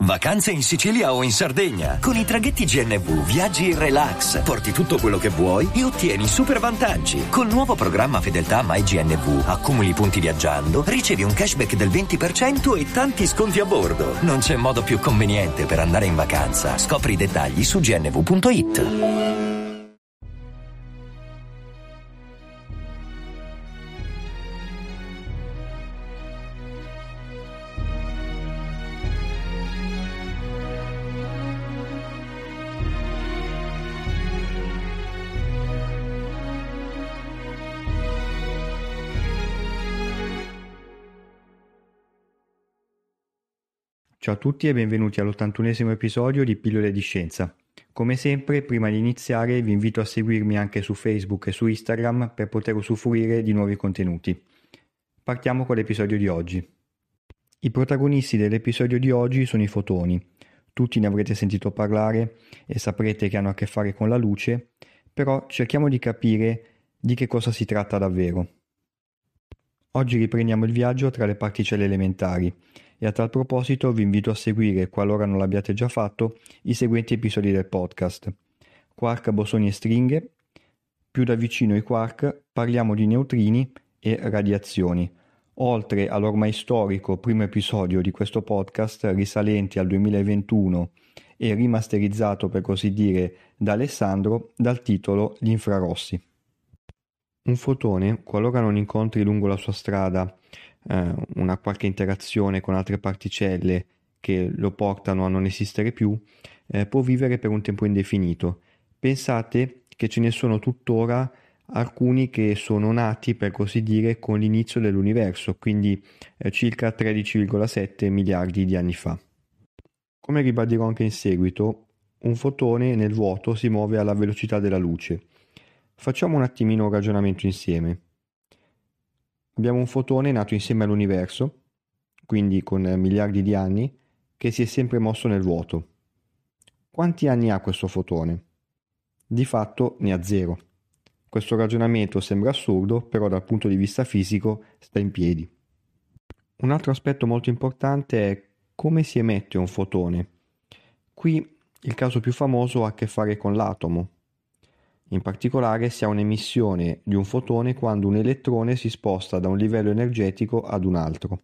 Vacanze in Sicilia o in Sardegna. Con i traghetti GNV viaggi in relax, porti tutto quello che vuoi e ottieni super vantaggi. Col nuovo programma Fedeltà MyGNV accumuli punti viaggiando, ricevi un cashback del 20% e tanti sconti a bordo. Non c'è modo più conveniente per andare in vacanza. Scopri i dettagli su gnv.it. Ciao a tutti e benvenuti all'81esimo episodio di Pillole di Scienza. Come sempre, prima di iniziare vi invito a seguirmi anche su Facebook e su Instagram per poter usufruire di nuovi contenuti. Partiamo con l'episodio di oggi. I protagonisti dell'episodio di oggi sono i fotoni. Tutti ne avrete sentito parlare e saprete che hanno a che fare con la luce, però cerchiamo di capire di che cosa si tratta davvero. Oggi riprendiamo il viaggio tra le particelle elementari e a tal proposito vi invito a seguire, qualora non l'abbiate già fatto, i seguenti episodi del podcast. Quark, bosoni e stringhe, più da vicino i quark, parliamo di neutrini e radiazioni, oltre all'ormai storico primo episodio di questo podcast risalente al 2021 e rimasterizzato per così dire da Alessandro dal titolo Gli infrarossi. Un fotone, qualora non incontri lungo la sua strada una qualche interazione con altre particelle che lo portano a non esistere più, può vivere per un tempo indefinito. Pensate che ce ne sono tuttora alcuni che sono nati, per così dire, con l'inizio dell'universo, quindi circa 13,7 miliardi di anni fa. Come ribadirò anche in seguito, un fotone nel vuoto si muove alla velocità della luce. Facciamo un attimino un ragionamento insieme. Abbiamo un fotone nato insieme all'universo, quindi con miliardi di anni, che si è sempre mosso nel vuoto. Quanti anni ha questo fotone? Di fatto ne ha 0. Questo ragionamento sembra assurdo, però dal punto di vista fisico sta in piedi. Un altro aspetto molto importante è come si emette un fotone. Qui il caso più famoso ha a che fare con l'atomo. In particolare si ha un'emissione di un fotone quando un elettrone si sposta da un livello energetico ad un altro.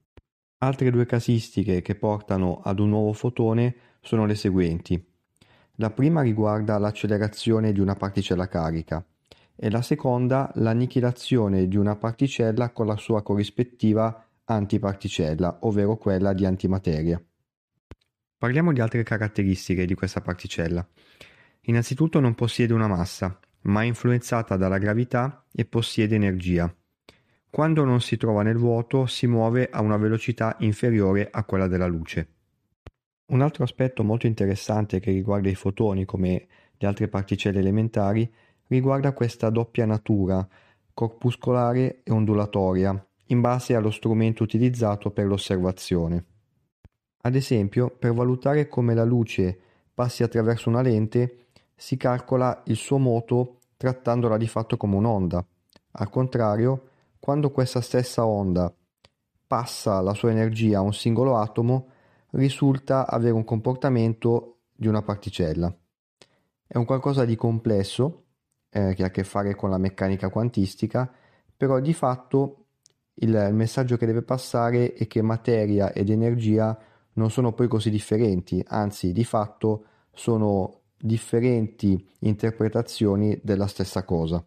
Altre due casistiche che portano ad un nuovo fotone sono le seguenti. La prima riguarda l'accelerazione di una particella carica e la seconda l'annichilazione di una particella con la sua corrispettiva antiparticella, ovvero quella di antimateria. Parliamo di altre caratteristiche di questa particella. Innanzitutto non possiede una massa, ma è influenzata dalla gravità e possiede energia. Quando non si trova nel vuoto si muove a una velocità inferiore a quella della luce. Un altro aspetto molto interessante che riguarda i fotoni come le altre particelle elementari riguarda questa doppia natura, corpuscolare e ondulatoria, in base allo strumento utilizzato per l'osservazione. Ad esempio, per valutare come la luce passi attraverso una lente, si calcola il suo moto trattandola di fatto come un'onda. Al contrario, quando questa stessa onda passa la sua energia a un singolo atomo, risulta avere un comportamento di una particella. È un qualcosa di complesso, che ha a che fare con la meccanica quantistica, però di fatto il messaggio che deve passare è che materia ed energia non sono poi così differenti, anzi di fatto sono differenti interpretazioni della stessa cosa.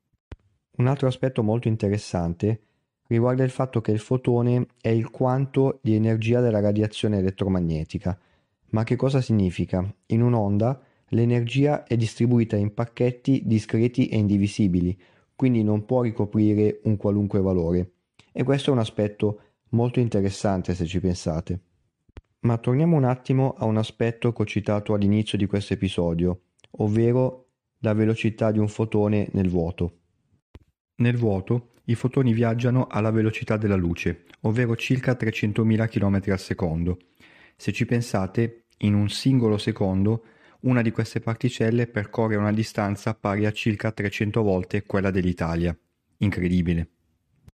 Un altro aspetto molto interessante riguarda il fatto che il fotone è il quanto di energia della radiazione elettromagnetica. Ma che cosa significa? In un'onda l'energia è distribuita in pacchetti discreti e indivisibili, quindi non può ricoprire un qualunque valore. E questo è un aspetto molto interessante se ci pensate. Ma torniamo un attimo a un aspetto che ho citato all'inizio di questo episodio, ovvero la velocità di un fotone nel vuoto. Nel vuoto i fotoni viaggiano alla velocità della luce, ovvero circa 300.000 km al secondo. Se ci pensate, in un singolo secondo una di queste particelle percorre una distanza pari a circa 300 volte quella dell'Italia. Incredibile.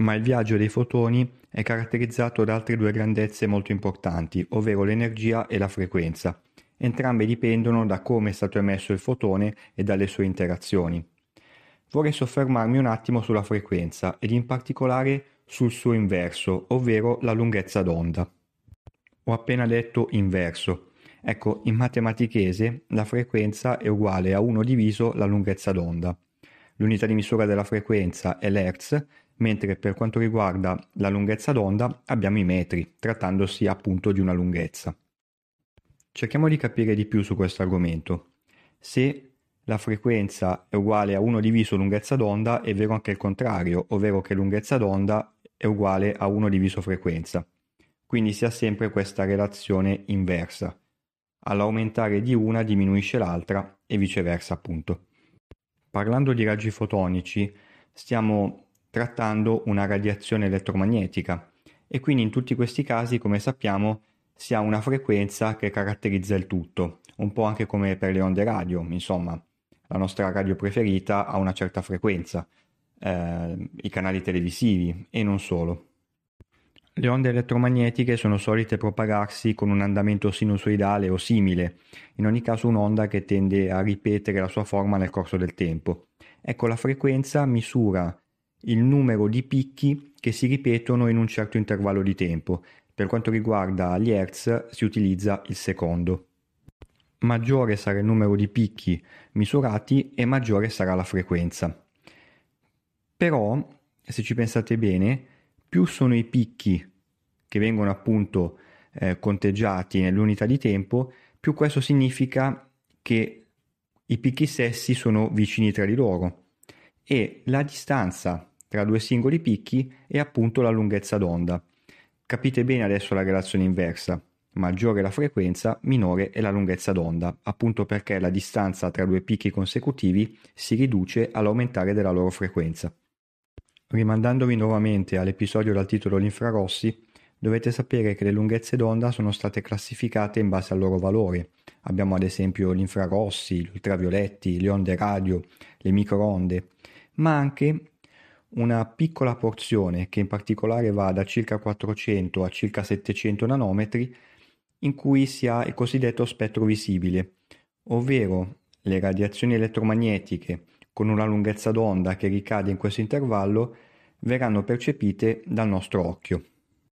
Ma il viaggio dei fotoni è caratterizzato da altre due grandezze molto importanti, ovvero l'energia e la frequenza. Entrambe dipendono da come è stato emesso il fotone e dalle sue interazioni. Vorrei soffermarmi un attimo sulla frequenza ed in particolare sul suo inverso, ovvero la lunghezza d'onda. Ho appena detto inverso. Ecco, in matematichese la frequenza è uguale a 1 diviso la lunghezza d'onda. L'unità di misura della frequenza è l'hertz, mentre per quanto riguarda la lunghezza d'onda abbiamo i metri, trattandosi appunto di una lunghezza. Cerchiamo di capire di più su questo argomento. Se la frequenza è uguale a 1 diviso lunghezza d'onda, è vero anche il contrario, ovvero che lunghezza d'onda è uguale a 1 diviso frequenza. Quindi si ha sempre questa relazione inversa. All'aumentare di una diminuisce l'altra e viceversa appunto. Parlando di raggi fotonici, stiamo trattando una radiazione elettromagnetica e quindi in tutti questi casi, come sappiamo, si ha una frequenza che caratterizza il tutto, un po' anche come per le onde radio, insomma, la nostra radio preferita ha una certa frequenza, i canali televisivi e non solo. Le onde elettromagnetiche sono solite propagarsi con un andamento sinusoidale o simile, in ogni caso un'onda che tende a ripetere la sua forma nel corso del tempo. Ecco, la frequenza misura il numero di picchi che si ripetono in un certo intervallo di tempo. Per quanto riguarda gli hertz si utilizza il secondo. Maggiore sarà il numero di picchi misurati e maggiore sarà la frequenza. Però, se ci pensate bene, più sono i picchi che vengono appunto conteggiati nell'unità di tempo, più questo significa che i picchi stessi sono vicini tra di loro e la distanza tra due singoli picchi è appunto la lunghezza d'onda. Capite bene adesso la relazione inversa. Maggiore la frequenza, minore è la lunghezza d'onda, appunto perché la distanza tra due picchi consecutivi si riduce all'aumentare della loro frequenza. Rimandandovi nuovamente all'episodio dal titolo Gli infrarossi, dovete sapere che le lunghezze d'onda sono state classificate in base al loro valore. Abbiamo ad esempio gli infrarossi, gli ultravioletti, le onde radio, le microonde, ma anche una piccola porzione che in particolare va da circa 400 a circa 700 nanometri in cui si ha il cosiddetto spettro visibile, ovvero le radiazioni elettromagnetiche con una lunghezza d'onda che ricade in questo intervallo verranno percepite dal nostro occhio.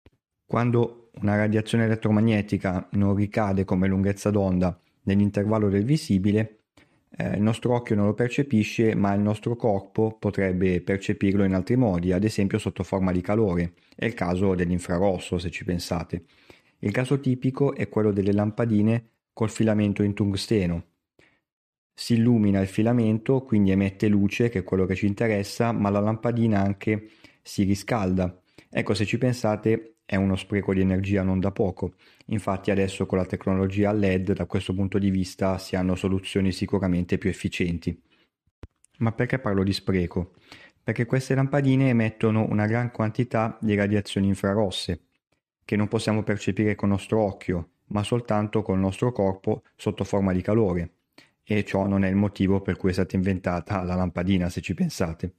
Quando una radiazione elettromagnetica non ricade come lunghezza d'onda nell'intervallo del visibile, il nostro occhio non lo percepisce, ma il nostro corpo potrebbe percepirlo in altri modi, ad esempio sotto forma di calore. È il caso dell'infrarosso, se ci pensate. Il caso tipico è quello delle lampadine col filamento in tungsteno. Si illumina il filamento, quindi emette luce, che è quello che ci interessa, ma la lampadina anche si riscalda. Ecco, se ci pensate, è uno spreco di energia non da poco. Infatti adesso con la tecnologia LED, da questo punto di vista, si hanno soluzioni sicuramente più efficienti. Ma perché parlo di spreco? Perché queste lampadine emettono una gran quantità di radiazioni infrarosse, che non possiamo percepire con il nostro occhio, ma soltanto col nostro corpo sotto forma di calore. E ciò non è il motivo per cui è stata inventata la lampadina, se ci pensate.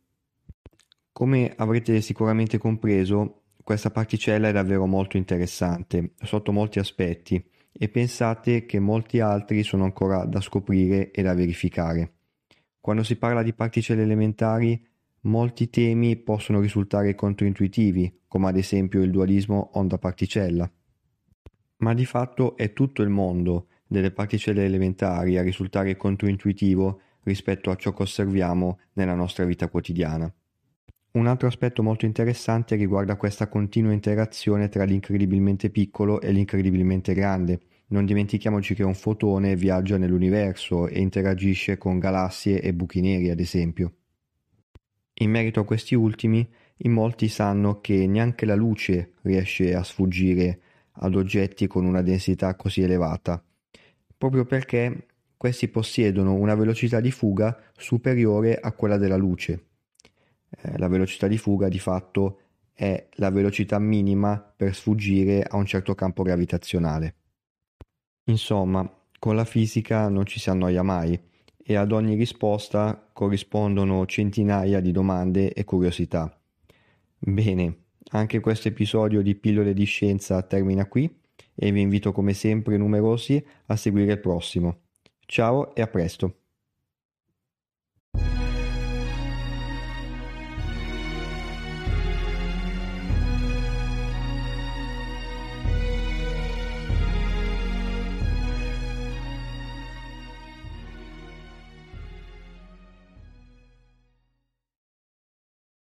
Come avrete sicuramente compreso, questa particella è davvero molto interessante, sotto molti aspetti, e pensate che molti altri sono ancora da scoprire e da verificare. Quando si parla di particelle elementari, molti temi possono risultare controintuitivi, come ad esempio il dualismo onda-particella. Ma di fatto è tutto il mondo delle particelle elementari a risultare controintuitivo rispetto a ciò che osserviamo nella nostra vita quotidiana. Un altro aspetto molto interessante riguarda questa continua interazione tra l'incredibilmente piccolo e l'incredibilmente grande. Non dimentichiamoci che un fotone viaggia nell'universo e interagisce con galassie e buchi neri, ad esempio. In merito a questi ultimi, in molti sanno che neanche la luce riesce a sfuggire ad oggetti con una densità così elevata, proprio perché questi possiedono una velocità di fuga superiore a quella della luce. La velocità di fuga di fatto è la velocità minima per sfuggire a un certo campo gravitazionale. Insomma, con la fisica non ci si annoia mai e ad ogni risposta corrispondono centinaia di domande e curiosità. Bene, anche questo episodio di Pillole di Scienza termina qui e vi invito come sempre numerosi a seguire il prossimo. Ciao e a presto.